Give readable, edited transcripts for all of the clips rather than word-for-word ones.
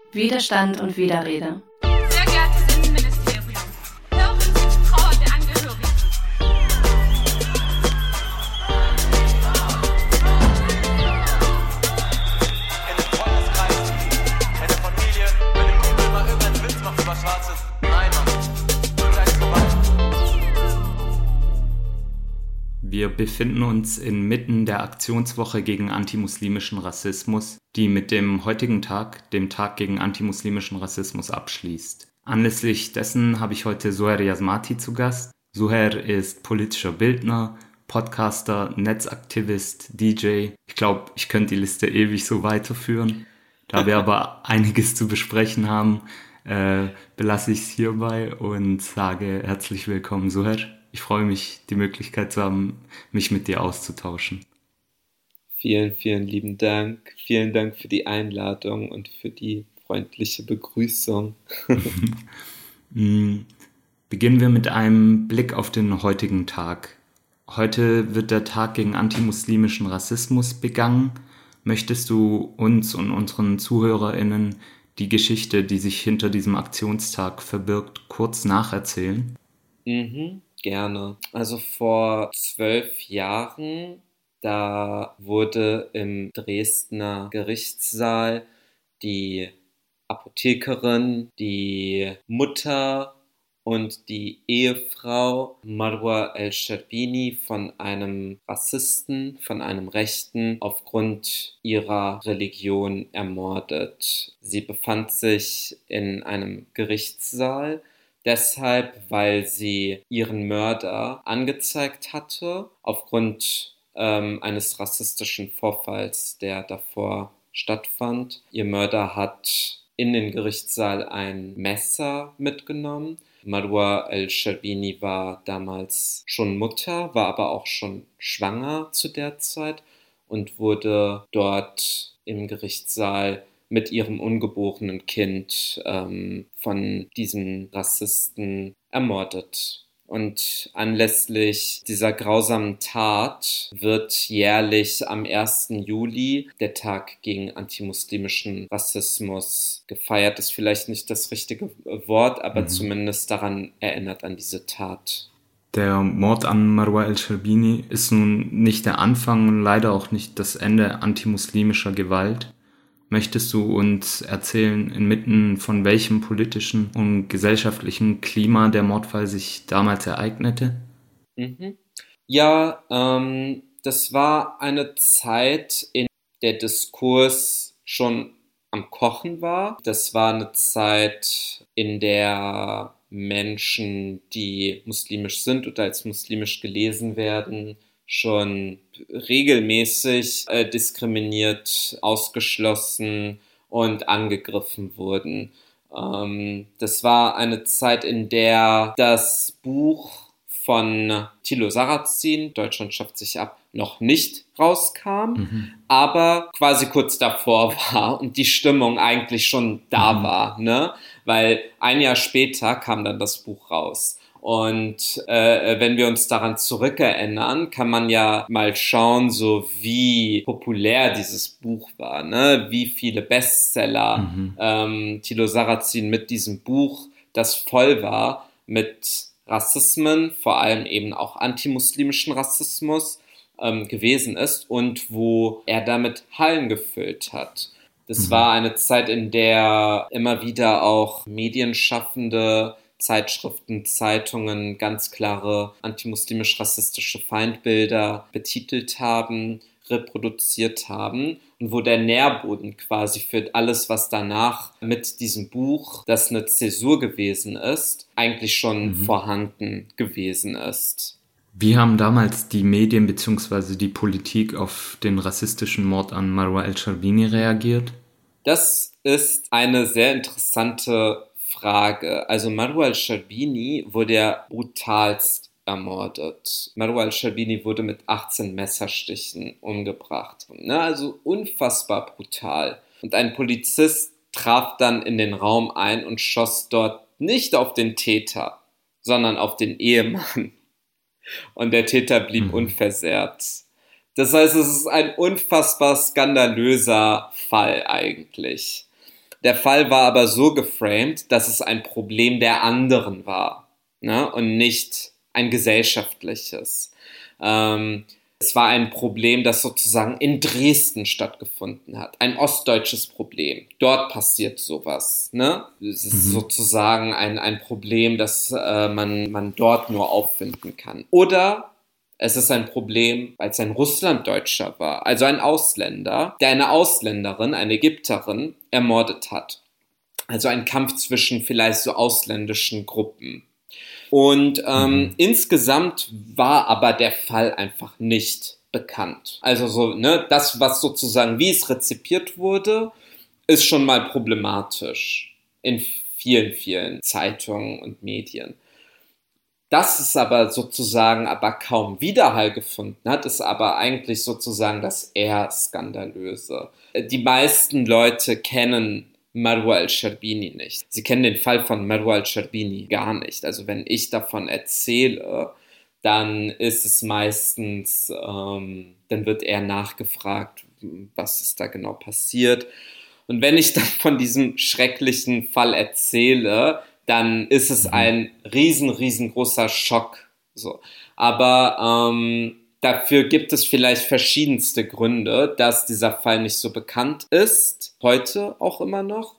Widerstand und Widerrede. Sehr geehrtes Innenministerium, hören Sie die Trauer der Angehörigen. In einem Freundeskreis, in der Familie, wenn ein Kumpel mal irgendeinen Witz macht über Schwarzes. Nein, Mann, gleich vorbei. Wir befinden uns inmitten der Aktionswoche gegen antimuslimischen Rassismus, die mit dem heutigen Tag, dem Tag gegen antimuslimischen Rassismus, abschließt. Anlässlich dessen habe ich heute Suher Yazmati zu Gast. Suher ist politischer Bildner, Podcaster, Netzaktivist, DJ. Ich glaube, ich könnte die Liste ewig so weiterführen. Da wir aber einiges zu besprechen haben, belasse ich es hierbei und sage herzlich willkommen, Suher. Ich freue mich, die Möglichkeit zu haben, mich mit dir auszutauschen. Vielen, vielen lieben Dank. Vielen Dank für die Einladung und für die freundliche Begrüßung. Beginnen wir mit einem Blick auf den heutigen Tag. Heute wird der Tag gegen antimuslimischen Rassismus begangen. Möchtest du uns und unseren ZuhörerInnen die Geschichte, die sich hinter diesem Aktionstag verbirgt, kurz nacherzählen? Gerne. Also vor 12 Jahren, da wurde im Dresdner Gerichtssaal die Apothekerin, die Mutter und die Ehefrau Marwa El-Sherbini von einem Rassisten, von einem Rechten aufgrund ihrer Religion ermordet. Sie befand sich in einem Gerichtssaal, deshalb, weil sie ihren Mörder angezeigt hatte, aufgrund eines rassistischen Vorfalls, der davor stattfand. Ihr Mörder hat in den Gerichtssaal ein Messer mitgenommen. Marwa El-Sherbini war damals schon Mutter, war aber auch schon schwanger zu der Zeit und wurde dort im Gerichtssaal mit ihrem ungeborenen Kind von diesem Rassisten ermordet. Und anlässlich dieser grausamen Tat wird jährlich am 1. Juli der Tag gegen antimuslimischen Rassismus gefeiert. Ist vielleicht nicht das richtige Wort, aber zumindest daran erinnert an diese Tat. Der Mord an Marwa El-Sherbini ist nun nicht der Anfang und leider auch nicht das Ende antimuslimischer Gewalt. Möchtest du uns erzählen, inmitten von welchem politischen und gesellschaftlichen Klima der Mordfall sich damals ereignete? Ja, das war eine Zeit, in der Diskurs schon am Kochen war. Das war eine Zeit, in der Menschen, die muslimisch sind oder als muslimisch gelesen werden, schon regelmäßig diskriminiert, ausgeschlossen und angegriffen wurden. Das war eine Zeit, in der das Buch von Thilo Sarrazin, Deutschland schafft sich ab, noch nicht rauskam, aber quasi kurz davor war und die Stimmung eigentlich schon da war, ne? Weil ein Jahr später kam dann das Buch raus. Und wenn wir uns daran zurückerinnern, kann man ja mal schauen, so wie populär dieses Buch war, ne? Wie viele Bestseller Thilo Sarrazin mit diesem Buch, das voll war mit Rassismen, vor allem eben auch antimuslimischen Rassismus, gewesen ist und wo er damit Hallen gefüllt hat. Das war eine Zeit, in der immer wieder auch Medienschaffende, Zeitschriften, Zeitungen ganz klare antimuslimisch-rassistische Feindbilder betitelt haben, reproduziert haben und wo der Nährboden quasi für alles, was danach mit diesem Buch, das eine Zäsur gewesen ist, eigentlich schon vorhanden gewesen ist. Wie haben damals die Medien bzw. die Politik auf den rassistischen Mord an Marwa El-Sherbini reagiert? Das ist eine sehr interessante Frage. Also Marwa El-Sherbini wurde ja brutalst ermordet. Marwa El-Sherbini wurde mit 18 Messerstichen umgebracht. Also unfassbar brutal. Und ein Polizist traf dann in den Raum ein und schoss dort nicht auf den Täter, sondern auf den Ehemann. Und der Täter blieb unversehrt. Das heißt, es ist ein unfassbar skandalöser Fall eigentlich. Der Fall war aber so geframed, dass es ein Problem der anderen war, ne? Und nicht ein gesellschaftliches. Es war ein Problem, das sozusagen in Dresden stattgefunden hat. Ein ostdeutsches Problem. Dort passiert sowas, ne? Es ist sozusagen ein Problem, das man dort nur auffinden kann. Oder es ist ein Problem, weil es ein Russlanddeutscher war, also ein Ausländer, der eine Ausländerin, eine Ägypterin, ermordet hat. Also ein Kampf zwischen vielleicht so ausländischen Gruppen. Und insgesamt war aber der Fall einfach nicht bekannt. Also so, ne, das, was sozusagen, wie es rezipiert wurde, ist schon mal problematisch in vielen, vielen Zeitungen und Medien. Dass es aber sozusagen kaum Widerhall gefunden hat, ist aber eigentlich sozusagen das eher Skandalöse. Die meisten Leute kennen Marwa al-Sherbini nicht. Sie kennen den Fall von Marwa al-Sherbini gar nicht. Also wenn ich davon erzähle, dann ist es meistens, dann wird eher nachgefragt, was ist da genau passiert. Und wenn ich dann von diesem schrecklichen Fall erzähle, dann ist es ein riesengroßer Schock. So. Aber dafür gibt es vielleicht verschiedenste Gründe, dass dieser Fall nicht so bekannt ist, heute auch immer noch.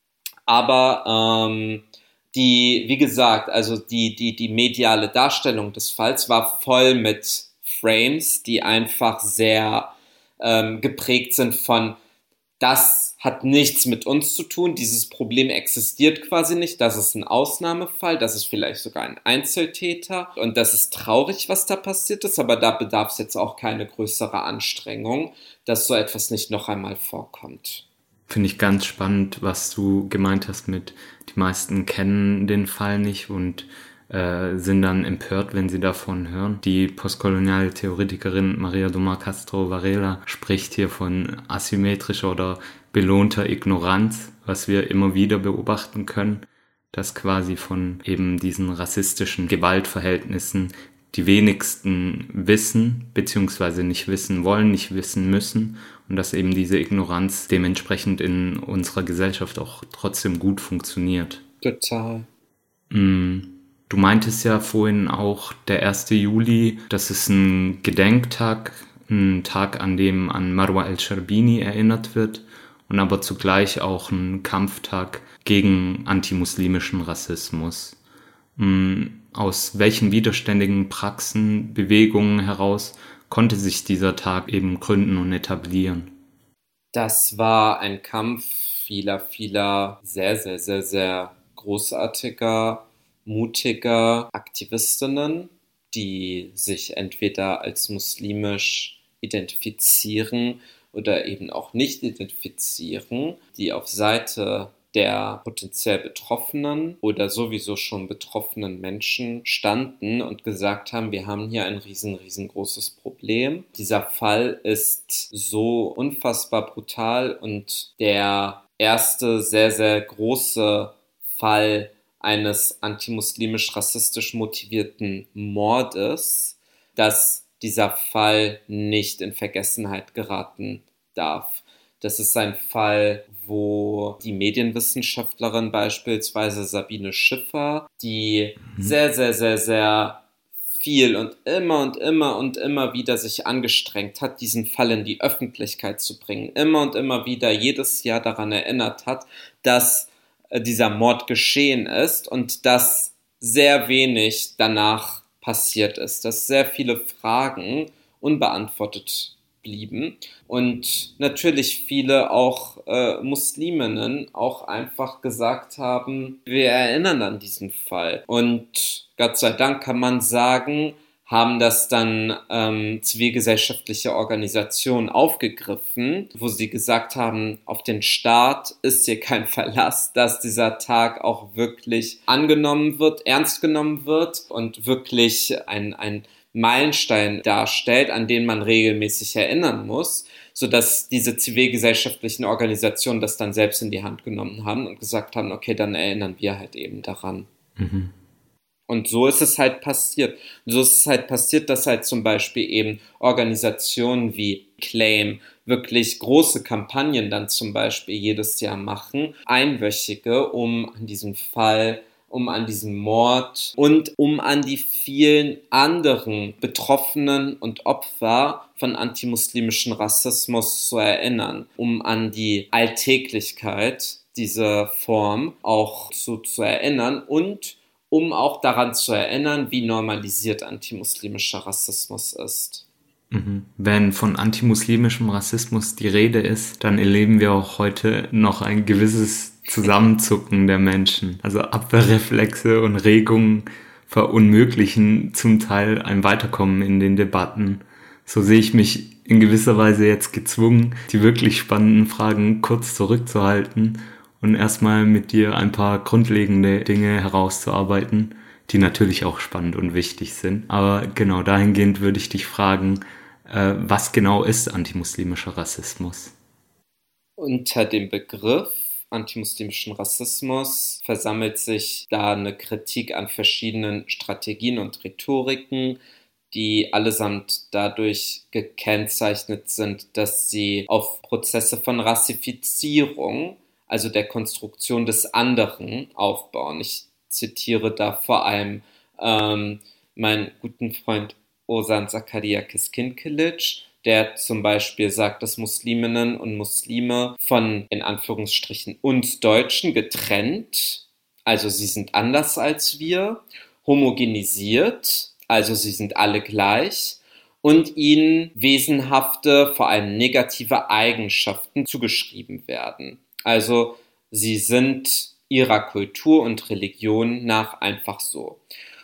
Aber wie gesagt, also die mediale Darstellung des Falls war voll mit Frames, die einfach sehr geprägt sind von, das hat nichts mit uns zu tun, dieses Problem existiert quasi nicht, das ist ein Ausnahmefall, das ist vielleicht sogar ein Einzeltäter und das ist traurig, was da passiert ist, aber da bedarf es jetzt auch keine größere Anstrengung, dass so etwas nicht noch einmal vorkommt. Finde ich ganz spannend, was du gemeint hast mit, die meisten kennen den Fall nicht und sind dann empört, wenn sie davon hören. Die postkoloniale Theoretikerin Maria Domar Castro Varela spricht hier von asymmetrischer oder belohnter Ignoranz, was wir immer wieder beobachten können, dass quasi von eben diesen rassistischen Gewaltverhältnissen die wenigsten wissen, beziehungsweise nicht wissen wollen, nicht wissen müssen und dass eben diese Ignoranz dementsprechend in unserer Gesellschaft auch trotzdem gut funktioniert. Total. Du meintest ja vorhin auch, der 1. Juli, das ist ein Gedenktag, ein Tag, an dem an Marwa al-Sherbini erinnert wird und aber zugleich auch ein Kampftag gegen antimuslimischen Rassismus. Aus welchen widerständigen Praxen, Bewegungen heraus konnte sich dieser Tag eben gründen und etablieren? Das war ein Kampf vieler sehr, sehr, sehr, sehr großartiger, mutiger Aktivistinnen, die sich entweder als muslimisch identifizieren oder eben auch nicht identifizieren, die auf Seite der potenziell Betroffenen oder sowieso schon betroffenen Menschen standen und gesagt haben, wir haben hier ein riesengroßes Problem. Dieser Fall ist so unfassbar brutal und der erste sehr, sehr große Fall eines antimuslimisch-rassistisch motivierten Mordes, dass dieser Fall nicht in Vergessenheit geraten darf. Das ist ein Fall, wo die Medienwissenschaftlerin beispielsweise Sabine Schiffer, die sehr, sehr, sehr, sehr viel und immer wieder sich angestrengt hat, diesen Fall in die Öffentlichkeit zu bringen, immer und immer wieder jedes Jahr daran erinnert hat, dass dieser Mord geschehen ist und dass sehr wenig danach passiert ist, dass sehr viele Fragen unbeantwortet blieben und natürlich viele auch Musliminnen auch einfach gesagt haben, wir erinnern an diesen Fall. Und Gott sei Dank kann man sagen, haben das dann zivilgesellschaftliche Organisationen aufgegriffen, wo sie gesagt haben, auf den Staat ist hier kein Verlass, dass dieser Tag auch wirklich angenommen wird, ernst genommen wird und wirklich ein Meilenstein darstellt, an den man regelmäßig erinnern muss, sodass diese zivilgesellschaftlichen Organisationen das dann selbst in die Hand genommen haben und gesagt haben, okay, dann erinnern wir halt eben daran. Mhm. Und so ist es halt passiert. Und so ist es halt passiert, dass halt zum Beispiel eben Organisationen wie Claim, wirklich große Kampagnen dann zum Beispiel jedes Jahr machen, einwöchige, um an diesen Fall, um an diesen Mord und um an die vielen anderen Betroffenen und Opfer von antimuslimischen Rassismus zu erinnern, um an die Alltäglichkeit dieser Form auch so zu erinnern und um auch daran zu erinnern, wie normalisiert antimuslimischer Rassismus ist. Wenn von antimuslimischem Rassismus die Rede ist, dann erleben wir auch heute noch ein gewisses Zusammenzucken der Menschen. Also Abwehrreflexe und Regungen verunmöglichen zum Teil ein Weiterkommen in den Debatten. So sehe ich mich in gewisser Weise jetzt gezwungen, die wirklich spannenden Fragen kurz zurückzuhalten und erstmal mit dir ein paar grundlegende Dinge herauszuarbeiten, die natürlich auch spannend und wichtig sind. Aber genau dahingehend würde ich dich fragen, was genau ist antimuslimischer Rassismus? Unter dem Begriff antimuslimischen Rassismus versammelt sich da eine Kritik an verschiedenen Strategien und Rhetoriken, die allesamt dadurch gekennzeichnet sind, dass sie auf Prozesse von Rassifizierung, also der Konstruktion des anderen, aufbauen. Ich zitiere da vor allem meinen guten Freund Ozan Zakariakis Kinkelic, der zum Beispiel sagt, dass Musliminnen und Muslime von, in Anführungsstrichen, uns Deutschen getrennt, also sie sind anders als wir, homogenisiert, also sie sind alle gleich, und ihnen wesenhafte, vor allem negative Eigenschaften zugeschrieben werden. Also sie sind ihrer Kultur und Religion nach einfach so.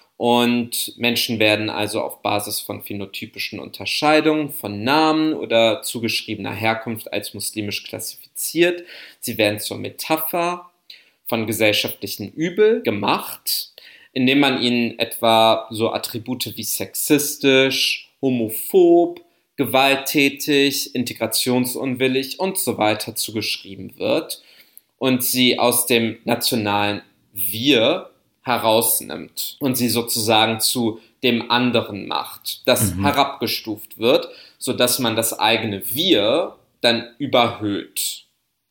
Und Menschen werden also auf Basis von phänotypischen Unterscheidungen von Namen oder zugeschriebener Herkunft als muslimisch klassifiziert. Sie werden zur Metapher von gesellschaftlichen Übel gemacht, indem man ihnen etwa so Attribute wie sexistisch, homophob, gewalttätig, integrationsunwillig und so weiter zugeschrieben wird und sie aus dem nationalen Wir herausnimmt und sie sozusagen zu dem anderen macht, das herabgestuft wird, sodass man das eigene Wir dann überhöht.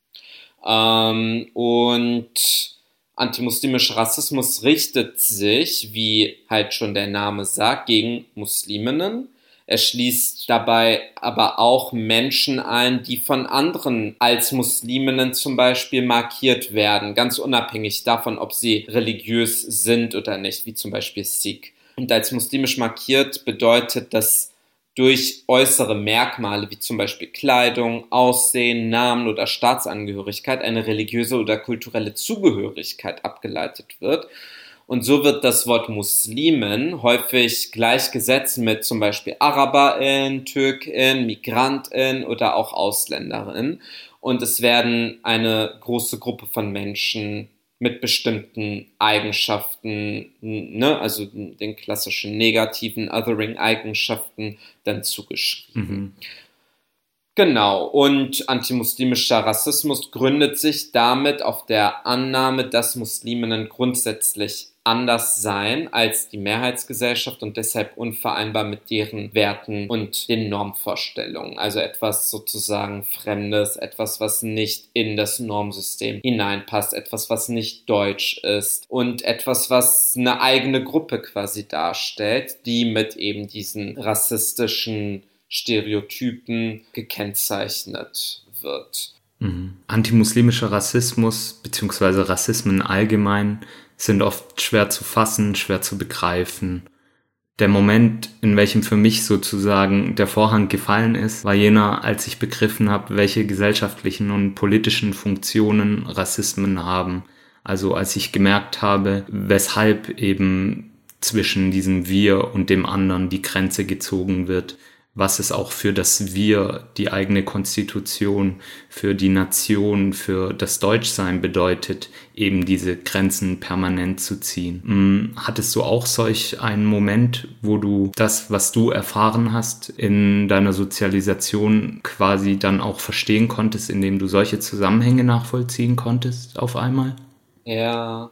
Und antimuslimischer Rassismus richtet sich, wie halt schon der Name sagt, gegen Musliminnen. Er schließt dabei aber auch Menschen ein, die von anderen als Musliminnen zum Beispiel markiert werden, ganz unabhängig davon, ob sie religiös sind oder nicht, wie zum Beispiel Sikh. Und als muslimisch markiert bedeutet das durch äußere Merkmale wie zum Beispiel Kleidung, Aussehen, Namen oder Staatsangehörigkeit eine religiöse oder kulturelle Zugehörigkeit abgeleitet wird. Und so wird das Wort Muslimen häufig gleichgesetzt mit zum Beispiel Araberin, Türkin, Migrantin oder auch Ausländerin. Und es werden eine große Gruppe von Menschen mit bestimmten Eigenschaften, also den klassischen negativen Othering-Eigenschaften, dann zugeschrieben. Genau, und antimuslimischer Rassismus gründet sich damit auf der Annahme, dass Musliminnen grundsätzlich anders seien als die Mehrheitsgesellschaft und deshalb unvereinbar mit deren Werten und den Normvorstellungen. Also etwas sozusagen Fremdes, etwas, was nicht in das Normsystem hineinpasst, etwas, was nicht deutsch ist und etwas, was eine eigene Gruppe quasi darstellt, die mit eben diesen rassistischen Stereotypen gekennzeichnet wird. Antimuslimischer Rassismus bzw. Rassismen allgemein sind oft schwer zu fassen, schwer zu begreifen. Der Moment, in welchem für mich sozusagen der Vorhang gefallen ist, war jener, als ich begriffen habe, welche gesellschaftlichen und politischen Funktionen Rassismen haben. Also als ich gemerkt habe, weshalb eben zwischen diesem Wir und dem anderen die Grenze gezogen wird, was es auch für das Wir, die eigene Konstitution, für die Nation, für das Deutschsein bedeutet, eben diese Grenzen permanent zu ziehen. Hattest du auch solch einen Moment, wo du das, was du erfahren hast, in deiner Sozialisation quasi dann auch verstehen konntest, indem du solche Zusammenhänge nachvollziehen konntest auf einmal? Ja,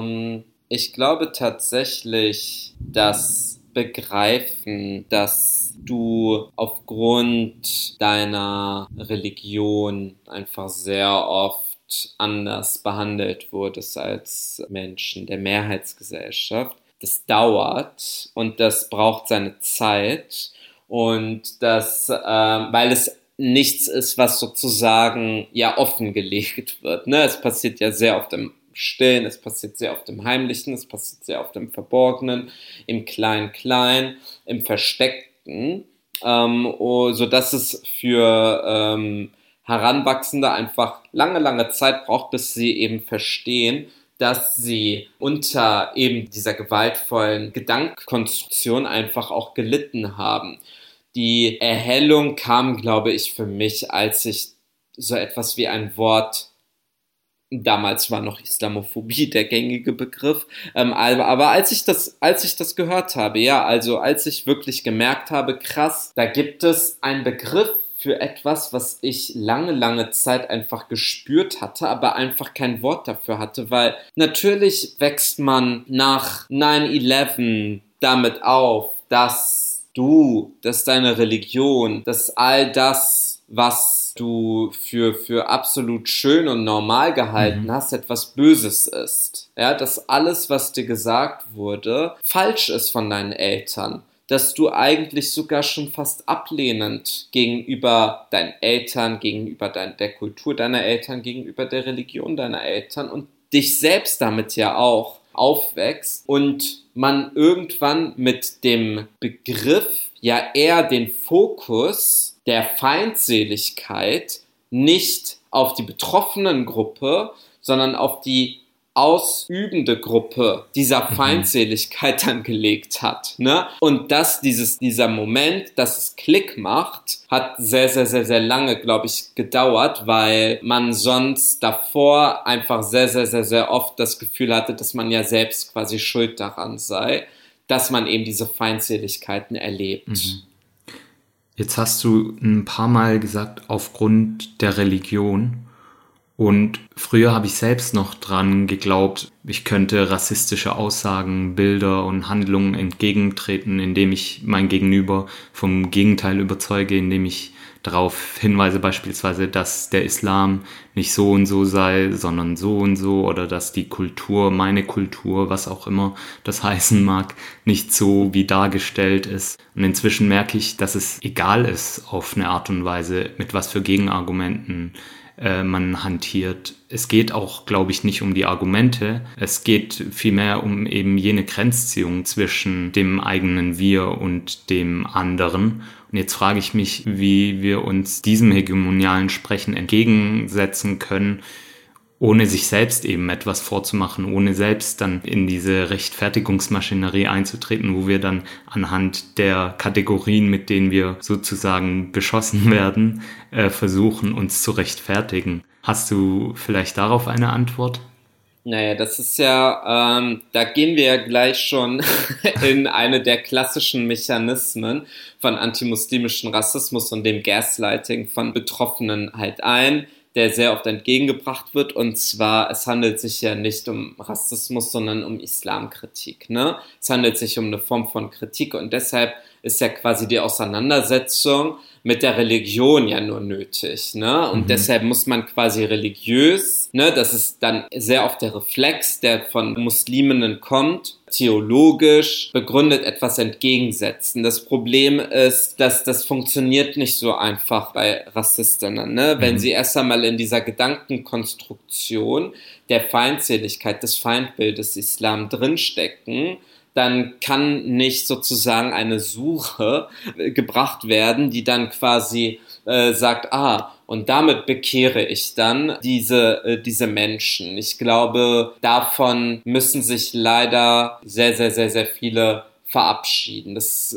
ich glaube tatsächlich, das Begreifen, dass dass du aufgrund deiner Religion einfach sehr oft anders behandelt wurdest als Menschen der Mehrheitsgesellschaft. Das dauert und das braucht seine Zeit und das, weil es nichts ist, was sozusagen ja offengelegt wird. Ne? Es passiert ja sehr oft im Stillen, es passiert sehr oft im Heimlichen, es passiert sehr oft im Verborgenen, im Klein-Klein, im Versteckten, sodass es für Heranwachsende einfach lange Zeit braucht, bis sie eben verstehen, dass sie unter eben dieser gewaltvollen Gedankenkonstruktion einfach auch gelitten haben. Die Erhellung kam, glaube ich, für mich, als ich so etwas wie ein Wort, damals war noch Islamophobie der gängige Begriff, aber als ich das gehört habe, ja, also als ich wirklich gemerkt habe, krass, da gibt es einen Begriff für etwas, was ich lange Zeit einfach gespürt hatte, aber einfach kein Wort dafür hatte, weil natürlich wächst man nach 9/11 damit auf, dass deine Religion, dass all das, was du für absolut schön und normal gehalten hast, etwas Böses ist. Ja, dass alles, was dir gesagt wurde, falsch ist von deinen Eltern. Dass du eigentlich sogar schon fast ablehnend gegenüber deinen Eltern, gegenüber der Kultur deiner Eltern, gegenüber der Religion deiner Eltern und dich selbst damit ja auch aufwächst und man irgendwann mit dem Begriff ja eher den Fokus der Feindseligkeit nicht auf die betroffenen Gruppe, sondern auf die ausübende Gruppe dieser Feindseligkeit dann gelegt hat, ne? Und dieser Moment, dass es Klick macht, hat sehr lange, glaube ich, gedauert, weil man sonst davor einfach sehr oft das Gefühl hatte, dass man ja selbst quasi schuld daran sei, dass man eben diese Feindseligkeiten erlebt. Jetzt hast du ein paar Mal gesagt, aufgrund der Religion. Und früher habe ich selbst noch dran geglaubt, ich könnte rassistische Aussagen, Bilder und Handlungen entgegentreten, indem ich mein Gegenüber vom Gegenteil überzeuge, indem ich darauf hinweise beispielsweise, dass der Islam nicht so und so sei, sondern so und so, oder dass die Kultur, meine Kultur, was auch immer das heißen mag, nicht so wie dargestellt ist. Und inzwischen merke ich, dass es egal ist auf eine Art und Weise, mit was für Gegenargumenten man hantiert. Es geht auch, glaube ich, nicht um die Argumente. Es geht vielmehr um eben jene Grenzziehung zwischen dem eigenen Wir und dem anderen. Und jetzt frage ich mich, wie wir uns diesem hegemonialen Sprechen entgegensetzen können, ohne sich selbst eben etwas vorzumachen, ohne selbst dann in diese Rechtfertigungsmaschinerie einzutreten, wo wir dann anhand der Kategorien, mit denen wir sozusagen beschossen werden, versuchen, uns zu rechtfertigen. Hast du vielleicht darauf eine Antwort? Naja, das ist ja, da gehen wir ja gleich schon in eine der klassischen Mechanismen von antimuslimischen Rassismus und dem Gaslighting von Betroffenen halt ein, der sehr oft entgegengebracht wird, und zwar, es handelt sich ja nicht um Rassismus, sondern um Islamkritik, ne? Es handelt sich um eine Form von Kritik und deshalb ist ja quasi die Auseinandersetzung mit der Religion ja nur nötig, ne? Und deshalb muss man quasi religiös, ne, das ist dann sehr oft der Reflex, der von Musliminnen kommt, theologisch begründet etwas entgegensetzen. Das Problem ist, dass das funktioniert nicht so einfach bei Rassistinnen, ne? Wenn sie erst einmal in dieser Gedankenkonstruktion der Feindseligkeit des Feindbildes Islam drinstecken, dann kann nicht sozusagen eine Suche gebracht werden, die dann quasi sagt, und damit bekehre ich dann diese Menschen. Ich glaube, davon müssen sich leider sehr viele verabschieden. Das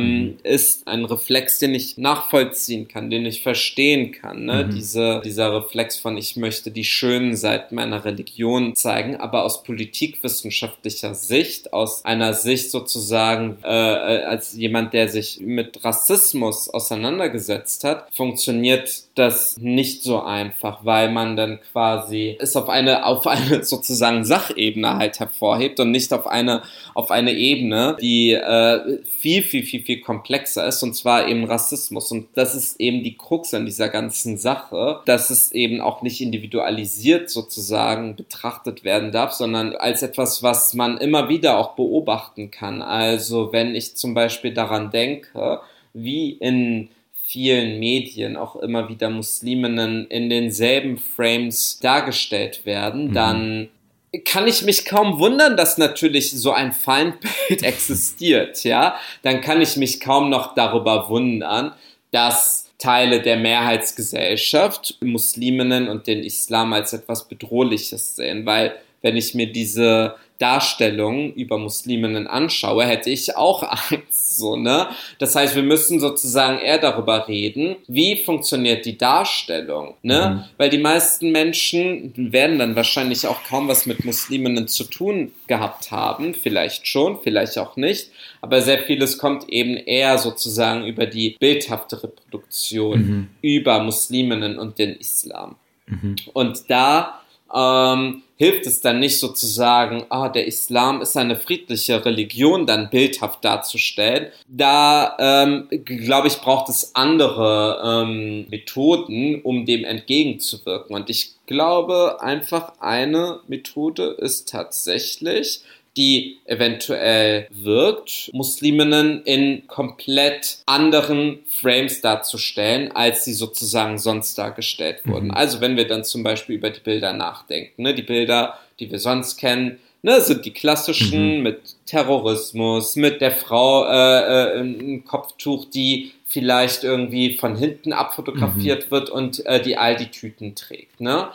ist ein Reflex, den ich nachvollziehen kann, den ich verstehen kann. Ne? Dieser Reflex von, ich möchte die schönen Seiten meiner Religion zeigen, aber aus politikwissenschaftlicher Sicht, aus einer Sicht sozusagen als jemand, der sich mit Rassismus auseinandergesetzt hat, funktioniert das nicht so einfach, weil man dann quasi es auf eine sozusagen Sachebene halt hervorhebt und nicht auf eine Ebene, die viel komplexer ist, und zwar eben Rassismus. Und das ist eben die Krux an dieser ganzen Sache, dass es eben auch nicht individualisiert sozusagen betrachtet werden darf, sondern als etwas, was man immer wieder auch beobachten kann. Also wenn ich zum Beispiel daran denke, wie in vielen Medien auch immer wieder Musliminnen in denselben Frames dargestellt werden, dann kann ich mich kaum wundern, dass natürlich so ein Feindbild existiert, ja. Dann kann ich mich kaum noch darüber wundern, dass Teile der Mehrheitsgesellschaft Musliminnen und den Islam als etwas Bedrohliches sehen, weil wenn ich mir diese Darstellungen über Musliminnen anschaue, hätte ich auch Angst, so, ne? Das heißt, wir müssen sozusagen eher darüber reden, wie funktioniert die Darstellung, ne? Weil die meisten Menschen werden dann wahrscheinlich auch kaum was mit Musliminnen zu tun gehabt haben, vielleicht schon, vielleicht auch nicht, aber sehr vieles kommt eben eher sozusagen über die bildhafte Reproduktion über Musliminnen und den Islam. Und da hilft es dann nicht sozusagen, der Islam ist eine friedliche Religion, dann bildhaft darzustellen. Da, glaube ich, braucht es andere Methoden, um dem entgegenzuwirken. Und ich glaube, einfach eine Methode ist tatsächlich, die eventuell wirkt, Musliminnen in komplett anderen Frames darzustellen, als sie sozusagen sonst dargestellt wurden. Also wenn wir dann zum Beispiel über die Bilder nachdenken, ne, die Bilder, die wir sonst kennen, ne, sind die klassischen mit Terrorismus, mit der Frau im Kopftuch, die vielleicht irgendwie von hinten abfotografiert wird und die Aldi-Tüten trägt, ne?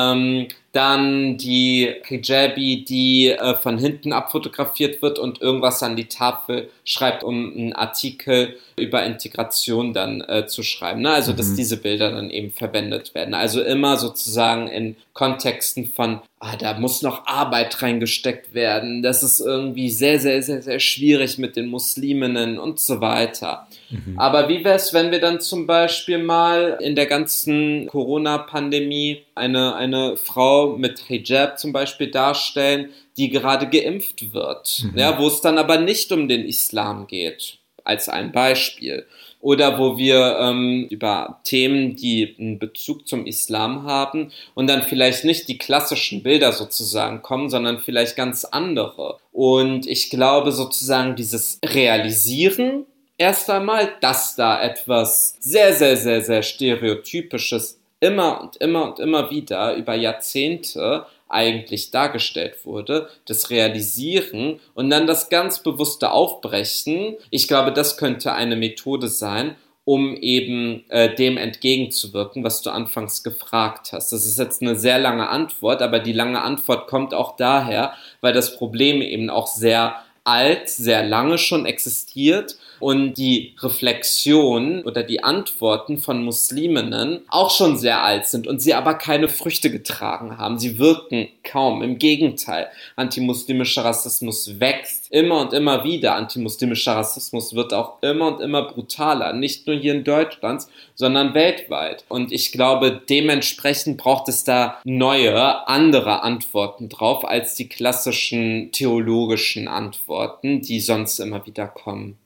Dann die Hijabi, die von hinten abfotografiert wird und irgendwas an die Tafel schreibt, um einen Artikel über Integration dann zu schreiben, ne? Also dass diese Bilder dann eben verwendet werden. Also immer sozusagen in Kontexten von, da muss noch Arbeit reingesteckt werden, das ist irgendwie sehr, sehr, sehr, sehr schwierig mit den Musliminnen und so weiter. Aber wie wäre es, wenn wir dann zum Beispiel mal in der ganzen Corona-Pandemie eine Frau mit Hijab zum Beispiel darstellen, die gerade geimpft wird, ja, wo es dann aber nicht um den Islam geht, als ein Beispiel. Oder wo wir über Themen, die einen Bezug zum Islam haben und dann vielleicht nicht die klassischen Bilder sozusagen kommen, sondern vielleicht ganz andere. Und ich glaube sozusagen dieses Realisieren erst einmal, dass da etwas sehr, sehr, sehr, sehr Stereotypisches immer und immer und immer wieder über Jahrzehnte eigentlich dargestellt wurde, das Realisieren und dann das ganz bewusste Aufbrechen. Ich glaube, das könnte eine Methode sein, um eben dem entgegenzuwirken, was du anfangs gefragt hast. Das ist jetzt eine sehr lange Antwort, aber die lange Antwort kommt auch daher, weil das Problem eben auch sehr alt, sehr lange schon existiert und die Reflexion oder die Antworten von Musliminnen auch schon sehr alt sind und sie aber keine Früchte getragen haben. Sie wirken kaum. Im Gegenteil, antimuslimischer Rassismus wächst immer und immer wieder. Antimuslimischer Rassismus wird auch immer und immer brutaler. Nicht nur hier in Deutschland, sondern weltweit. Und ich glaube, dementsprechend braucht es da neue, andere Antworten drauf als die klassischen theologischen Antworten, die sonst immer wieder kommen.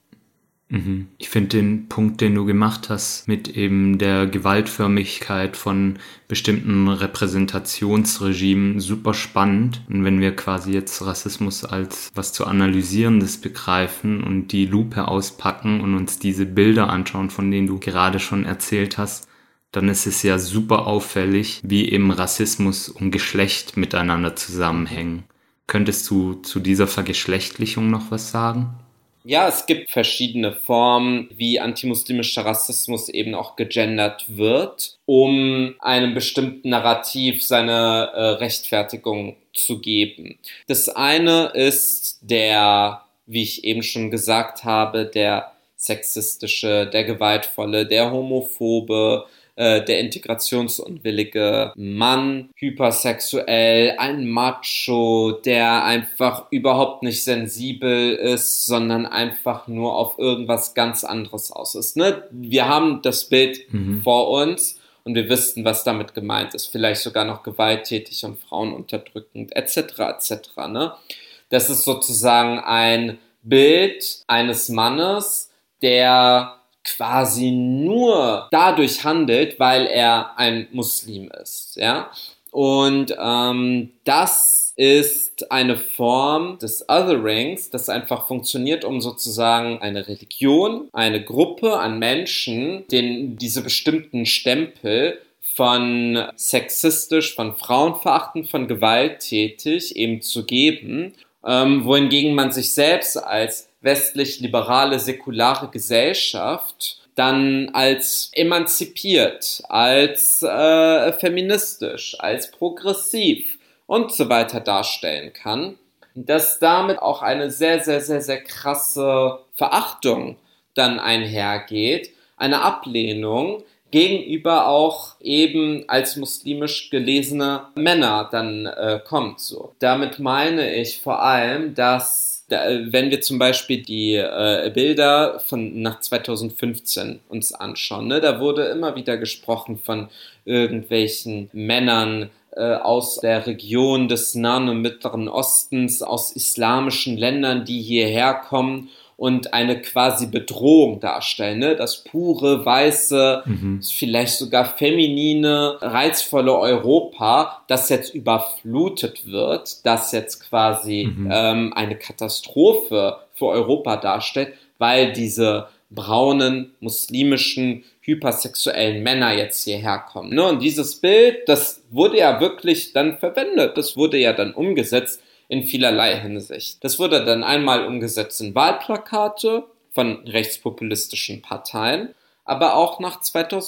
Ich finde den Punkt, den du gemacht hast, mit eben der Gewaltförmigkeit von bestimmten Repräsentationsregimen super spannend. Und wenn wir quasi jetzt Rassismus als was zu Analysierendes begreifen und die Lupe auspacken und uns diese Bilder anschauen, von denen du gerade schon erzählt hast, dann ist es ja super auffällig, wie eben Rassismus und Geschlecht miteinander zusammenhängen. Könntest du zu dieser Vergeschlechtlichung noch was sagen? Ja, es gibt verschiedene Formen, wie antimuslimischer Rassismus eben auch gegendert wird, um einem bestimmten Narrativ seine Rechtfertigung zu geben. Das eine ist der, wie ich eben schon gesagt habe, der sexistische, der gewaltvolle, der homophobe, der integrationsunwillige Mann, hypersexuell, ein Macho, der einfach überhaupt nicht sensibel ist, sondern einfach nur auf irgendwas ganz anderes aus ist. Ne? Wir haben das Bild vor uns und wir wüssten, was damit gemeint ist, vielleicht sogar noch gewalttätig und frauenunterdrückend, etc., etc., ne? Das ist sozusagen ein Bild eines Mannes, der quasi nur dadurch handelt, weil er ein Muslim ist, ja. Und das ist eine Form des Otherings, das einfach funktioniert, um sozusagen eine Religion, eine Gruppe an Menschen, denen diese bestimmten Stempel von sexistisch, von frauenverachtend, von gewalttätig eben zu geben, wohingegen man sich selbst als westlich-liberale, säkulare Gesellschaft dann als emanzipiert, als feministisch, als progressiv und so weiter darstellen kann, dass damit auch eine sehr, sehr, sehr, sehr krasse Verachtung dann einhergeht, eine Ablehnung gegenüber auch eben als muslimisch gelesene Männer dann kommt so. Damit meine ich vor allem, dass wenn wir zum Beispiel die Bilder von nach 2015 uns anschauen, ne, da wurde immer wieder gesprochen von irgendwelchen Männern aus der Region des Nahen und Mittleren Ostens, aus islamischen Ländern, die hierher kommen und eine quasi Bedrohung darstellen, ne? Das pure, weiße, vielleicht sogar feminine, reizvolle Europa, das jetzt überflutet wird, das jetzt quasi eine Katastrophe für Europa darstellt, weil diese braunen, muslimischen, hypersexuellen Männer jetzt hierher kommen. Ne? Und dieses Bild, das wurde ja wirklich dann verwendet, das wurde ja dann umgesetzt in vielerlei Hinsicht. Das wurde dann einmal umgesetzt in Wahlplakate von rechtspopulistischen Parteien, aber auch nach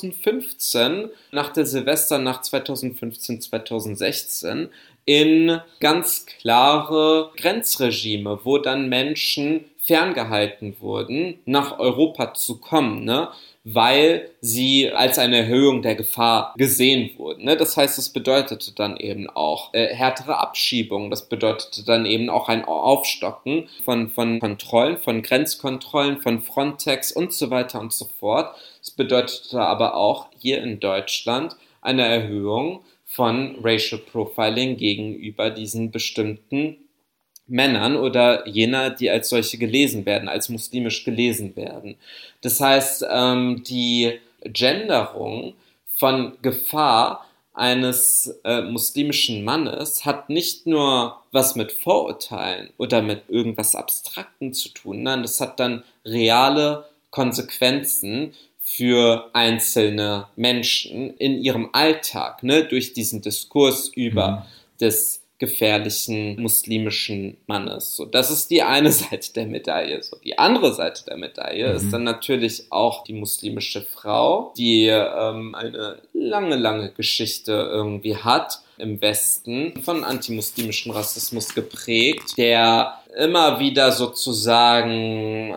2015, nach der Silvesternacht 2015, 2016, in ganz klare Grenzregime, wo dann Menschen ferngehalten wurden, nach Europa zu kommen, ne? Weil sie als eine Erhöhung der Gefahr gesehen wurden. Ne? Das heißt, es bedeutete dann eben auch härtere Abschiebungen, das bedeutete dann eben auch ein Aufstocken von Kontrollen, von Grenzkontrollen, von Frontex und so weiter und so fort. Es bedeutete aber auch hier in Deutschland eine Erhöhung von Racial Profiling gegenüber diesen bestimmten Männern oder jener, die als solche gelesen werden, als muslimisch gelesen werden. Das heißt, die Genderung von Gefahr eines muslimischen Mannes hat nicht nur was mit Vorurteilen oder mit irgendwas Abstrakten zu tun, nein, das hat dann reale Konsequenzen für einzelne Menschen in ihrem Alltag, ne, durch diesen Diskurs über des gefährlichen muslimischen Mannes. So, das ist die eine Seite der Medaille. So, die andere Seite der Medaille ist dann natürlich auch die muslimische Frau, die eine lange, lange Geschichte irgendwie hat im Westen, von antimuslimischem Rassismus geprägt, der immer wieder sozusagen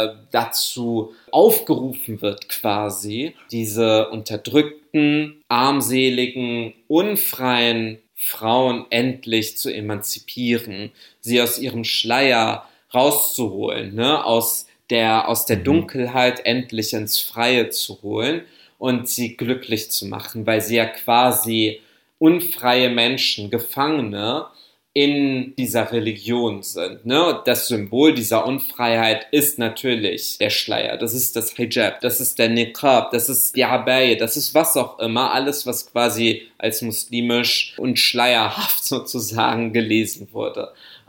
dazu aufgerufen wird, quasi diese unterdrückten, armseligen, unfreien Frauen endlich zu emanzipieren, sie aus ihrem Schleier rauszuholen, ne? aus der Dunkelheit endlich ins Freie zu holen und sie glücklich zu machen, weil sie ja quasi unfreie Menschen, Gefangene in dieser Religion sind. Ne? Und das Symbol dieser Unfreiheit ist natürlich der Schleier, das ist das Hijab, das ist der Niqab, das ist die Abaya, das ist was auch immer, alles, was quasi als muslimisch und schleierhaft sozusagen gelesen wurde.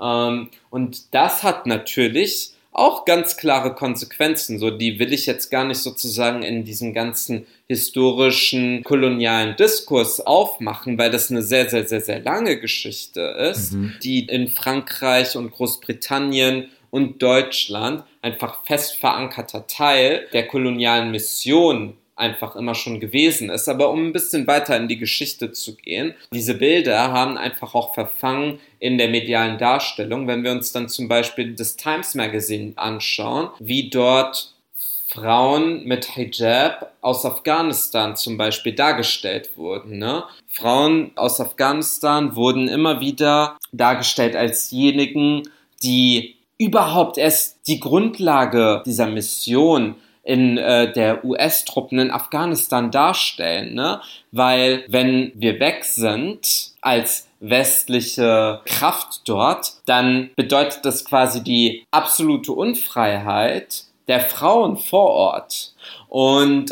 Und das hat natürlich auch ganz klare Konsequenzen, so die will ich jetzt gar nicht sozusagen in diesem ganzen historischen, kolonialen Diskurs aufmachen, weil das eine sehr, sehr, sehr, sehr lange Geschichte ist, die in Frankreich und Großbritannien und Deutschland einfach fest verankerter Teil der kolonialen Mission einfach immer schon gewesen ist. Aber um ein bisschen weiter in die Geschichte zu gehen, diese Bilder haben einfach auch verfangen in der medialen Darstellung. Wenn wir uns dann zum Beispiel das Times Magazine anschauen, wie dort Frauen mit Hijab aus Afghanistan zum Beispiel dargestellt wurden. Ne? Frauen aus Afghanistan wurden immer wieder dargestellt als diejenigen, die überhaupt erst die Grundlage dieser Mission in der US-Truppen in Afghanistan darstellen, ne? Weil wenn wir weg sind als westliche Kraft dort, dann bedeutet das quasi die absolute Unfreiheit der Frauen vor Ort. Und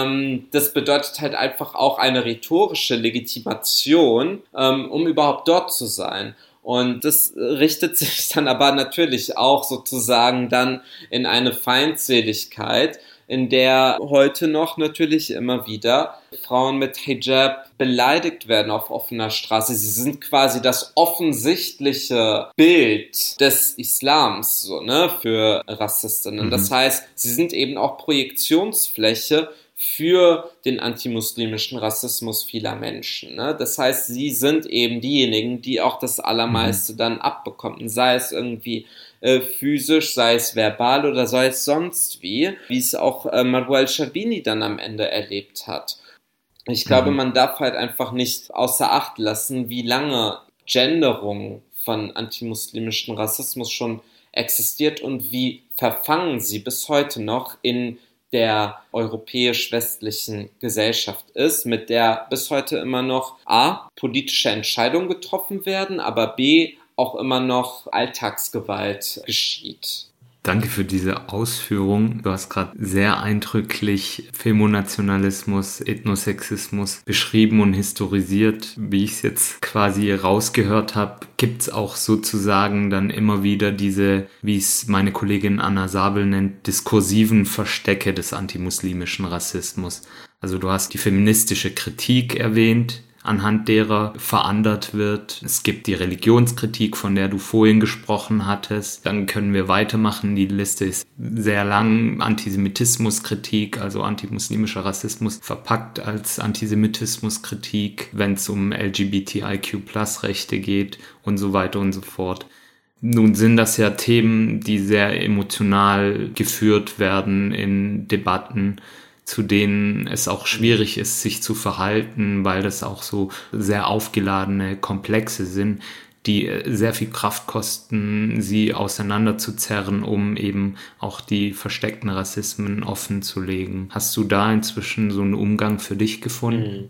das bedeutet halt einfach auch eine rhetorische Legitimation, um überhaupt dort zu sein. Und das richtet sich dann aber natürlich auch sozusagen dann in eine Feindseligkeit, in der heute noch natürlich immer wieder Frauen mit Hijab beleidigt werden auf offener Straße. Sie sind quasi das offensichtliche Bild des Islams, so, ne, für Rassistinnen. Das heißt, sie sind eben auch Projektionsfläche für den antimuslimischen Rassismus vieler Menschen, ne? Das heißt, sie sind eben diejenigen, die auch das Allermeiste dann abbekommen, sei es irgendwie physisch, sei es verbal oder sei es sonst wie es auch Marwa Sharbini dann am Ende erlebt hat. Ich glaube, man darf halt einfach nicht außer Acht lassen, wie lange Genderung von antimuslimischem Rassismus schon existiert und wie verfangen sie bis heute noch in der europäisch-westlichen Gesellschaft ist, mit der bis heute immer noch a. politische Entscheidungen getroffen werden, aber b. auch immer noch Alltagsgewalt geschieht. Danke für diese Ausführung. Du hast gerade sehr eindrücklich Femonationalismus, Ethnosexismus beschrieben und historisiert. Wie ich es jetzt quasi rausgehört habe, gibt es auch sozusagen dann immer wieder diese, wie es meine Kollegin Anna Sabel nennt, diskursiven Verstecke des antimuslimischen Rassismus. Also du hast die feministische Kritik erwähnt, anhand derer verandert wird. Es gibt die Religionskritik, von der du vorhin gesprochen hattest. Dann können wir weitermachen. Die Liste ist sehr lang. Antisemitismuskritik, also antimuslimischer Rassismus, verpackt als Antisemitismuskritik, wenn es um LGBTIQ+-Rechte geht und so weiter und so fort. Nun sind das ja Themen, die sehr emotional geführt werden in Debatten, zu denen es auch schwierig ist, sich zu verhalten, weil das auch so sehr aufgeladene Komplexe sind, die sehr viel Kraft kosten, sie auseinanderzuzerren, um eben auch die versteckten Rassismen offen zu legen. Hast du da inzwischen so einen Umgang für dich gefunden?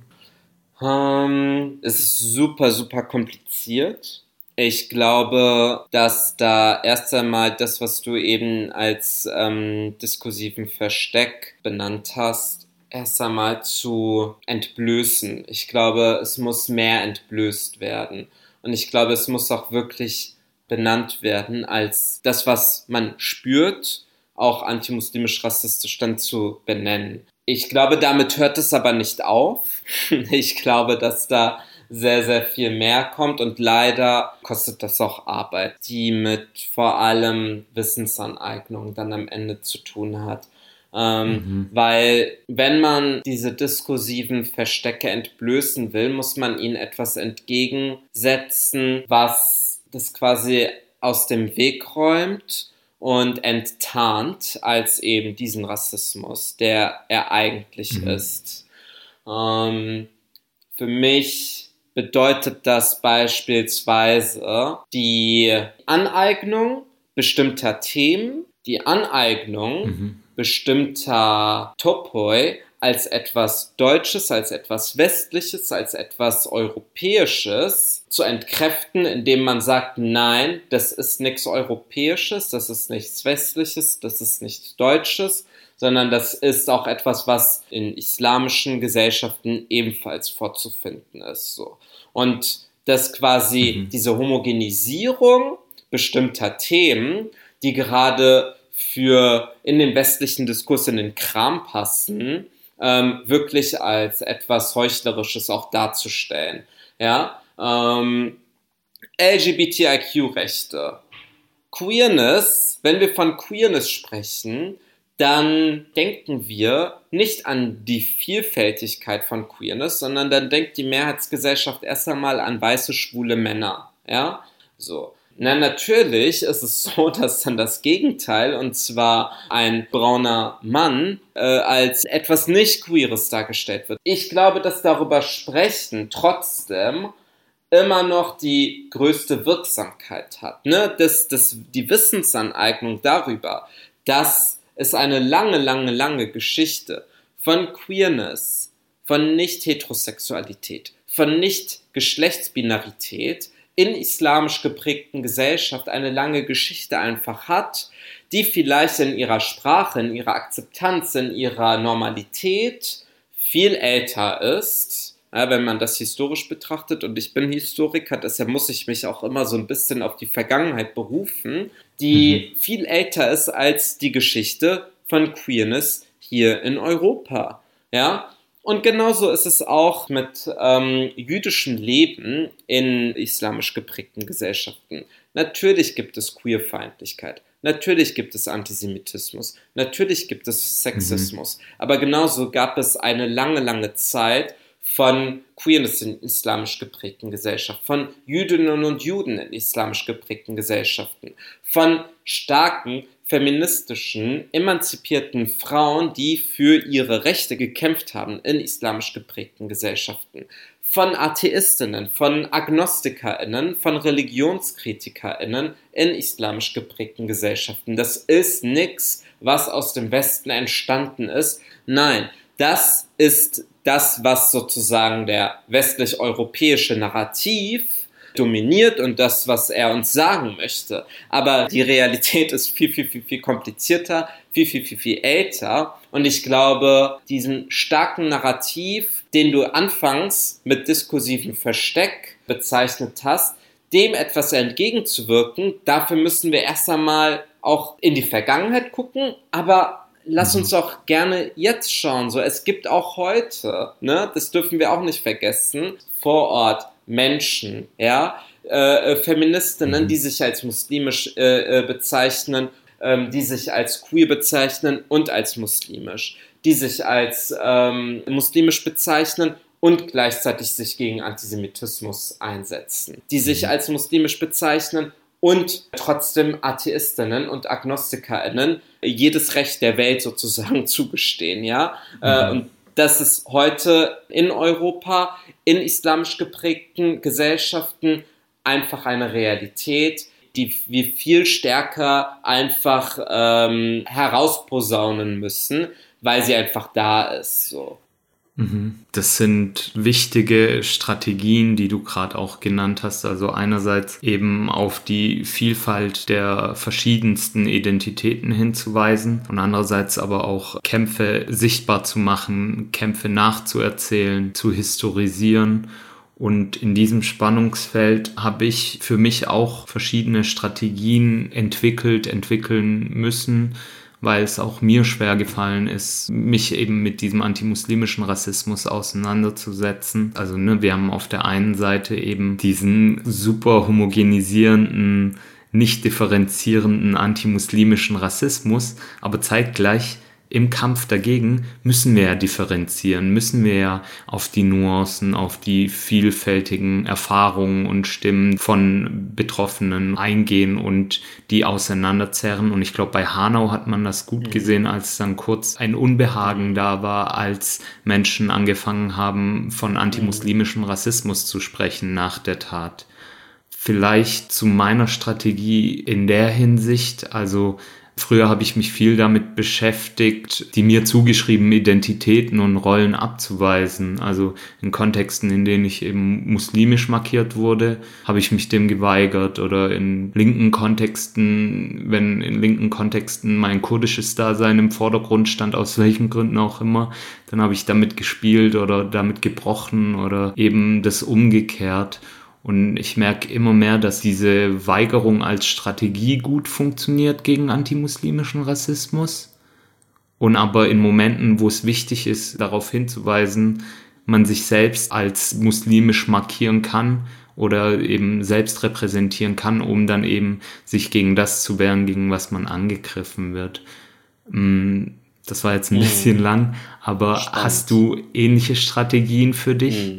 Es ist super, super kompliziert. Ich glaube, dass da erst einmal das, was du eben als diskursiven Versteck benannt hast, erst einmal zu entblößen. Ich glaube, es muss mehr entblößt werden. Und ich glaube, es muss auch wirklich benannt werden als das, was man spürt, auch antimuslimisch-rassistisch dann zu benennen. Ich glaube, damit hört es aber nicht auf. Ich glaube, dass da sehr, sehr viel mehr kommt und leider kostet das auch Arbeit, die mit vor allem Wissensaneignung dann am Ende zu tun hat. Weil wenn man diese diskursiven Verstecke entblößen will, muss man ihnen etwas entgegensetzen, was das quasi aus dem Weg räumt und enttarnt als eben diesen Rassismus, der er eigentlich ist. Für mich bedeutet das beispielsweise die Aneignung bestimmter Themen, die Aneignung bestimmter Topoi als etwas Deutsches, als etwas Westliches, als etwas Europäisches zu entkräften, indem man sagt, nein, das ist nichts Europäisches, das ist nichts Westliches, das ist nichts Deutsches, sondern das ist auch etwas, was in islamischen Gesellschaften ebenfalls vorzufinden ist. So. Und dass quasi diese Homogenisierung bestimmter Themen, die gerade für in den westlichen Diskurs in den Kram passen, wirklich als etwas Heuchlerisches auch darzustellen. Ja? LGBTIQ-Rechte. Queerness, wenn wir von Queerness sprechen, dann denken wir nicht an die Vielfältigkeit von Queerness, sondern dann denkt die Mehrheitsgesellschaft erst einmal an weiße, schwule Männer. Ja? So. Na, natürlich ist es so, dass dann das Gegenteil, und zwar ein brauner Mann, als etwas Nicht-Queeres dargestellt wird. Ich glaube, dass darüber sprechen trotzdem immer noch die größte Wirksamkeit hat. Ne? Die Wissensaneignung darüber, dass es eine lange, lange, lange Geschichte von Queerness, von Nicht-Heterosexualität, von Nicht-Geschlechtsbinarität in islamisch geprägten Gesellschaft eine lange Geschichte einfach hat, die vielleicht in ihrer Sprache, in ihrer Akzeptanz, in ihrer Normalität viel älter ist, ja, wenn man das historisch betrachtet. Und ich bin Historiker, deshalb muss ich mich auch immer so ein bisschen auf die Vergangenheit berufen, die viel älter ist als die Geschichte von Queerness hier in Europa. Ja? Und genauso ist es auch mit jüdischem Leben in islamisch geprägten Gesellschaften. Natürlich gibt es Queerfeindlichkeit, natürlich gibt es Antisemitismus, natürlich gibt es Sexismus, aber genauso gab es eine lange, lange Zeit von Queerness in islamisch geprägten Gesellschaften, von Jüdinnen und Juden in islamisch geprägten Gesellschaften, von starken feministischen, emanzipierten Frauen, die für ihre Rechte gekämpft haben in islamisch geprägten Gesellschaften, von AtheistInnen, von AgnostikerInnen, von ReligionskritikerInnen in islamisch geprägten Gesellschaften. Das ist nichts, was aus dem Westen entstanden ist. Nein, das ist das, was sozusagen der westlich-europäische Narrativ dominiert und das, was er uns sagen möchte. Aber die Realität ist viel, viel, viel, viel komplizierter, viel, viel, viel, viel älter. Und ich glaube, diesen starken Narrativ, den du anfangs mit diskursivem Versteck bezeichnet hast, dem etwas entgegenzuwirken, dafür müssen wir erst einmal auch in die Vergangenheit gucken, aber lass uns auch gerne jetzt schauen. So, es gibt auch heute, ne, das dürfen wir auch nicht vergessen, vor Ort Menschen, ja, Feministinnen, die sich als muslimisch bezeichnen, die sich als queer bezeichnen und als muslimisch, die sich als muslimisch bezeichnen und gleichzeitig sich gegen Antisemitismus einsetzen, die sich als muslimisch bezeichnen und trotzdem Atheistinnen und AgnostikerInnen jedes Recht der Welt sozusagen zugestehen, ja, und das ist heute in Europa, in islamisch geprägten Gesellschaften einfach eine Realität, die wir viel stärker einfach herausposaunen müssen, weil sie einfach da ist, so. Das sind wichtige Strategien, die du gerade auch genannt hast. Also einerseits eben auf die Vielfalt der verschiedensten Identitäten hinzuweisen und andererseits aber auch Kämpfe sichtbar zu machen, Kämpfe nachzuerzählen, zu historisieren. Und in diesem Spannungsfeld habe ich für mich auch verschiedene Strategien entwickeln müssen, weil es auch mir schwer gefallen ist, mich eben mit diesem antimuslimischen Rassismus auseinanderzusetzen. Also wir haben auf der einen Seite eben diesen super homogenisierenden, nicht differenzierenden antimuslimischen Rassismus, aber zeitgleich im Kampf dagegen müssen wir ja differenzieren, müssen wir ja auf die Nuancen, auf die vielfältigen Erfahrungen und Stimmen von Betroffenen eingehen und die auseinanderzerren. Und ich glaube, bei Hanau hat man das gut gesehen, als dann kurz ein Unbehagen da war, als Menschen angefangen haben, von antimuslimischem Rassismus zu sprechen nach der Tat. Vielleicht zu meiner Strategie in der Hinsicht, also früher habe ich mich viel damit beschäftigt, die mir zugeschriebenen Identitäten und Rollen abzuweisen. Also in Kontexten, in denen ich eben muslimisch markiert wurde, habe ich mich dem geweigert. Oder in linken Kontexten, wenn in linken Kontexten mein kurdisches Dasein im Vordergrund stand, aus welchen Gründen auch immer, dann habe ich damit gespielt oder damit gebrochen oder eben das umgekehrt. Und ich merke immer mehr, dass diese Weigerung als Strategie gut funktioniert gegen antimuslimischen Rassismus. Und aber in Momenten, wo es wichtig ist, darauf hinzuweisen, man sich selbst als muslimisch markieren kann oder eben selbst repräsentieren kann, um dann eben sich gegen das zu wehren, gegen was man angegriffen wird. Das war jetzt ein bisschen lang, aber spannend. Hast du ähnliche Strategien für dich?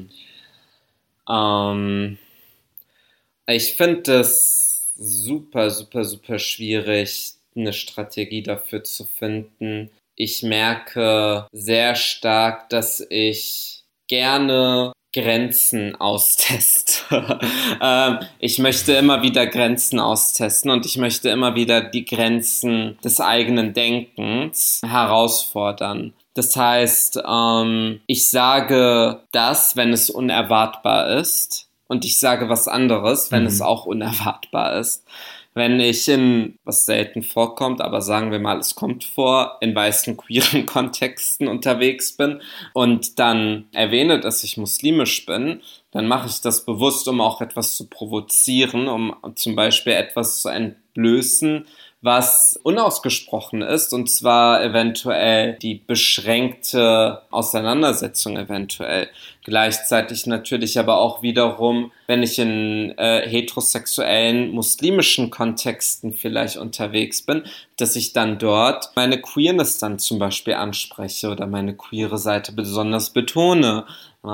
Ich finde das super, super, super schwierig, eine Strategie dafür zu finden. Ich merke sehr stark, dass ich gerne Grenzen austeste. Ich möchte immer wieder Grenzen austesten und ich möchte immer wieder die Grenzen des eigenen Denkens herausfordern. Das heißt, ich sage das, wenn es unerwartbar ist, und ich sage was anderes, wenn es auch unerwartbar ist. Wenn ich was selten vorkommt, aber sagen wir mal, es kommt vor, in weißen queeren Kontexten unterwegs bin und dann erwähne, dass ich muslimisch bin, dann mache ich das bewusst, um auch etwas zu provozieren, um zum Beispiel etwas zu entblößen, was unausgesprochen ist, und zwar eventuell die beschränkte Auseinandersetzung eventuell. Gleichzeitig natürlich aber auch wiederum, wenn ich in heterosexuellen muslimischen Kontexten vielleicht unterwegs bin, dass ich dann dort meine Queerness dann zum Beispiel anspreche oder meine queere Seite besonders betone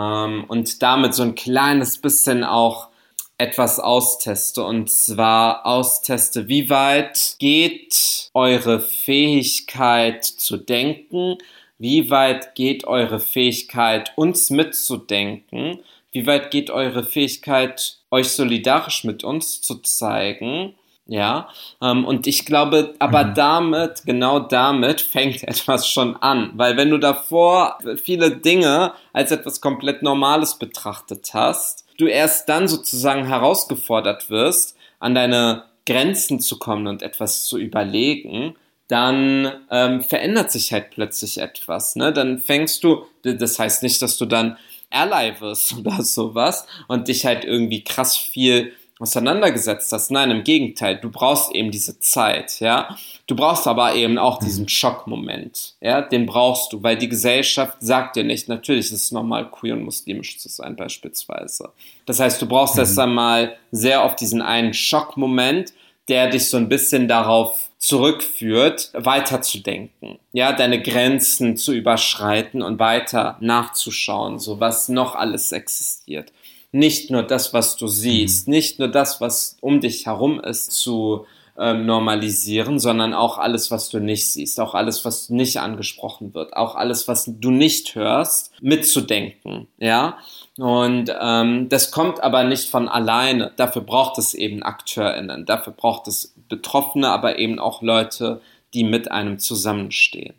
und damit so ein kleines bisschen auch etwas austeste, und zwar austeste, wie weit geht eure Fähigkeit zu denken, wie weit geht eure Fähigkeit, uns mitzudenken, wie weit geht eure Fähigkeit, euch solidarisch mit uns zu zeigen, ja, und ich glaube, aber genau damit fängt etwas schon an, weil wenn du davor viele Dinge als etwas komplett Normales betrachtet hast, du erst dann sozusagen herausgefordert wirst, an deine Grenzen zu kommen und etwas zu überlegen, dann verändert sich halt plötzlich etwas, ne? Dann fängst du, das heißt nicht, dass du dann Ally wirst oder sowas und dich halt irgendwie krass viel auseinandergesetzt hast. Nein, im Gegenteil, du brauchst eben diese Zeit, ja. Du brauchst aber eben auch diesen Schockmoment, ja, den brauchst du, weil die Gesellschaft sagt dir nicht, natürlich ist es normal, queer und muslimisch zu sein beispielsweise. Das heißt, du brauchst erst einmal sehr oft diesen einen Schockmoment, der dich so ein bisschen darauf zurückführt, weiterzudenken, ja, deine Grenzen zu überschreiten und weiter nachzuschauen, so was noch alles existiert. Nicht nur das, was du siehst, nicht nur das, was um dich herum ist, zu normalisieren, sondern auch alles, was du nicht siehst, auch alles, was nicht angesprochen wird, auch alles, was du nicht hörst, mitzudenken, ja. Und das kommt aber nicht von alleine. Dafür braucht es eben AkteurInnen, dafür braucht es Betroffene, aber eben auch Leute, die mit einem zusammenstehen.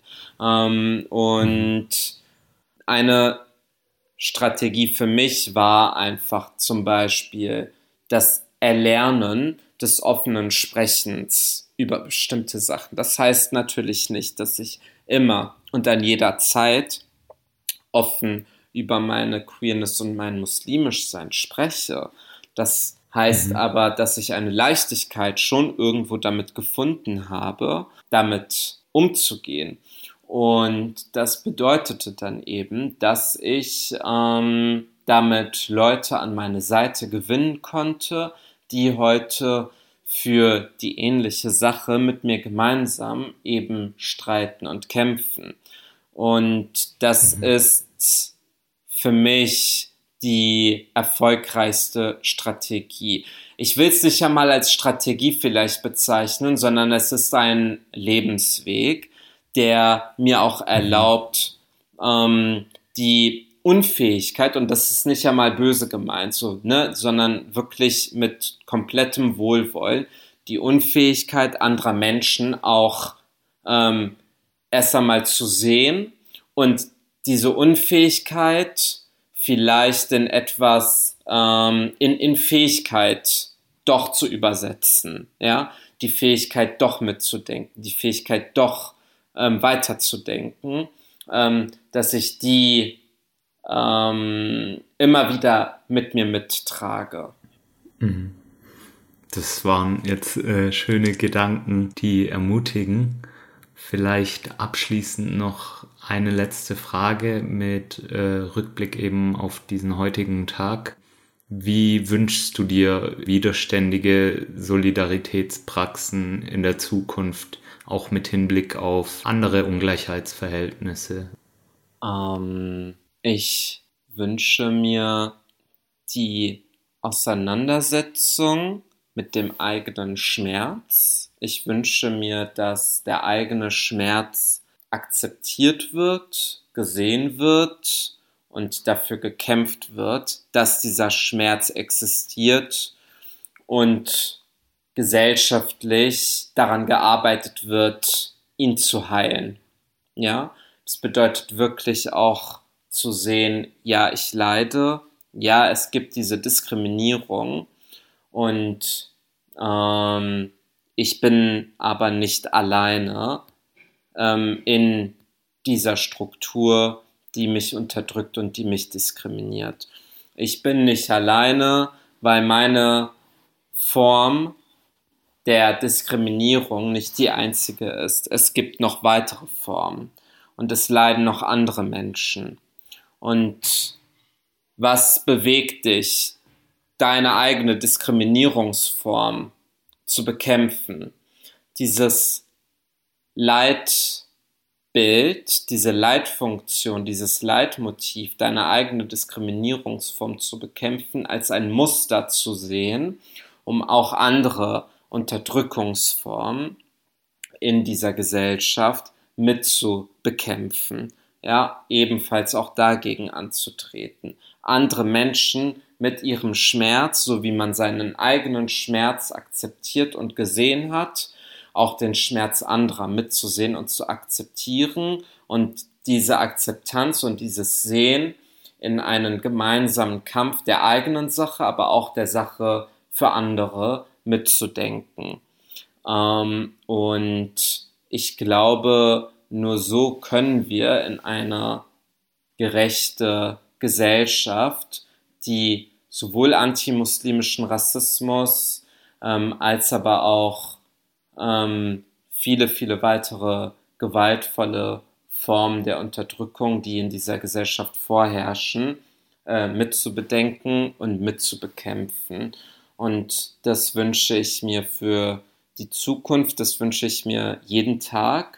Und eine Strategie für mich war einfach zum Beispiel das Erlernen des offenen Sprechens über bestimmte Sachen. Das heißt natürlich nicht, dass ich immer und an jeder Zeit offen über meine Queerness und mein Muslimischsein spreche. Das heißt aber, dass ich eine Leichtigkeit schon irgendwo damit gefunden habe, damit umzugehen. Und das bedeutete dann eben, dass ich damit Leute an meine Seite gewinnen konnte, die heute für die ähnliche Sache mit mir gemeinsam eben streiten und kämpfen. Und das ist für mich die erfolgreichste Strategie. Ich will es nicht einmal als Strategie vielleicht bezeichnen, sondern es ist ein Lebensweg, der mir auch erlaubt, die Unfähigkeit, und das ist nicht einmal böse gemeint, so, ne, sondern wirklich mit komplettem Wohlwollen, die Unfähigkeit anderer Menschen auch erst einmal zu sehen und diese Unfähigkeit vielleicht in etwas, in Fähigkeit doch zu übersetzen, ja, die Fähigkeit doch mitzudenken, die Fähigkeit doch weiterzudenken, dass ich die immer wieder mit mir mittrage. Das waren jetzt schöne Gedanken, die ermutigen. Vielleicht abschließend noch eine letzte Frage mit Rückblick eben auf diesen heutigen Tag. Wie wünschst du dir widerständige Solidaritätspraxen in der Zukunft, auch mit Hinblick auf andere Ungleichheitsverhältnisse? Ich wünsche mir die Auseinandersetzung mit dem eigenen Schmerz. Ich wünsche mir, dass der eigene Schmerz akzeptiert wird, gesehen wird und dafür gekämpft wird, dass dieser Schmerz existiert und gesellschaftlich daran gearbeitet wird, ihn zu heilen. Ja, das bedeutet wirklich auch zu sehen, ja, ich leide, ja, es gibt diese Diskriminierung und ich bin aber nicht alleine in dieser Struktur, die mich unterdrückt und die mich diskriminiert. Ich bin nicht alleine, weil meine Form der Diskriminierung nicht die einzige ist. Es gibt noch weitere Formen und es leiden noch andere Menschen. Und was bewegt dich, deine eigene Diskriminierungsform zu bekämpfen? Dieses Leitbild, diese Leitfunktion, dieses Leitmotiv, deine eigene Diskriminierungsform zu bekämpfen, als ein Muster zu sehen, um auch andere Unterdrückungsformen in dieser Gesellschaft mit zu bekämpfen. Ja, ebenfalls auch dagegen anzutreten. Andere Menschen mit ihrem Schmerz, so wie man seinen eigenen Schmerz akzeptiert und gesehen hat, auch den Schmerz anderer mitzusehen und zu akzeptieren und diese Akzeptanz und dieses Sehen in einen gemeinsamen Kampf der eigenen Sache, aber auch der Sache für andere mitzudenken. Und ich glaube, nur so können wir in eine gerechte Gesellschaft, die sowohl antimuslimischen Rassismus als aber auch viele, viele weitere gewaltvolle Formen der Unterdrückung, die in dieser Gesellschaft vorherrschen, mitzubedenken und mitzubekämpfen. Und das wünsche ich mir für die Zukunft, das wünsche ich mir jeden Tag.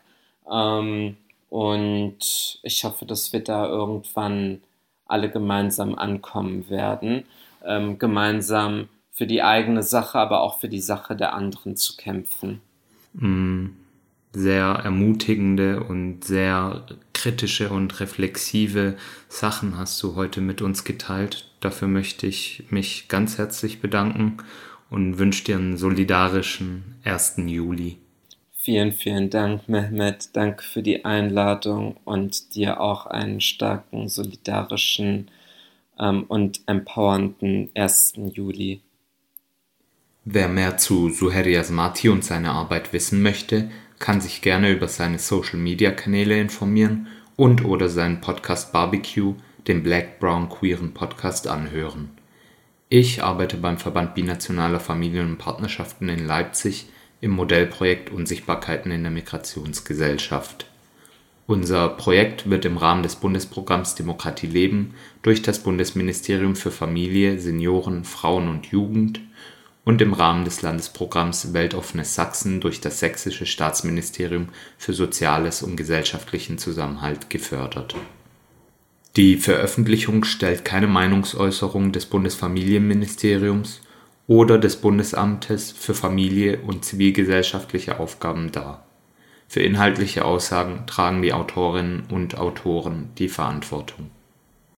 Und ich hoffe, dass wir da irgendwann alle gemeinsam ankommen werden, gemeinsam für die eigene Sache, aber auch für die Sache der anderen zu kämpfen. Sehr ermutigende und sehr kritische und reflexive Sachen hast du heute mit uns geteilt. Dafür möchte ich mich ganz herzlich bedanken und wünsche dir einen solidarischen 1. Juli. Vielen, vielen Dank, Mehmet. Danke für die Einladung und dir auch einen starken, solidarischen und empowernden 1. Juli. Wer mehr zu Suher Yazmati und seiner Arbeit wissen möchte, kann sich gerne über seine Social-Media-Kanäle informieren und oder seinen Podcast Barbecue, den Black Brown Queeren Podcast, anhören. Ich arbeite beim Verband Binationaler Familien und Partnerschaften in Leipzig im Modellprojekt Unsichtbarkeiten in der Migrationsgesellschaft. Unser Projekt wird im Rahmen des Bundesprogramms Demokratie leben durch das Bundesministerium für Familie, Senioren, Frauen und Jugend und im Rahmen des Landesprogramms Weltoffenes Sachsen durch das Sächsische Staatsministerium für Soziales und gesellschaftlichen Zusammenhalt gefördert. Die Veröffentlichung stellt keine Meinungsäußerung des Bundesfamilienministeriums oder des Bundesamtes für Familie und zivilgesellschaftliche Aufgaben dar. Für inhaltliche Aussagen tragen die Autorinnen und Autoren die Verantwortung.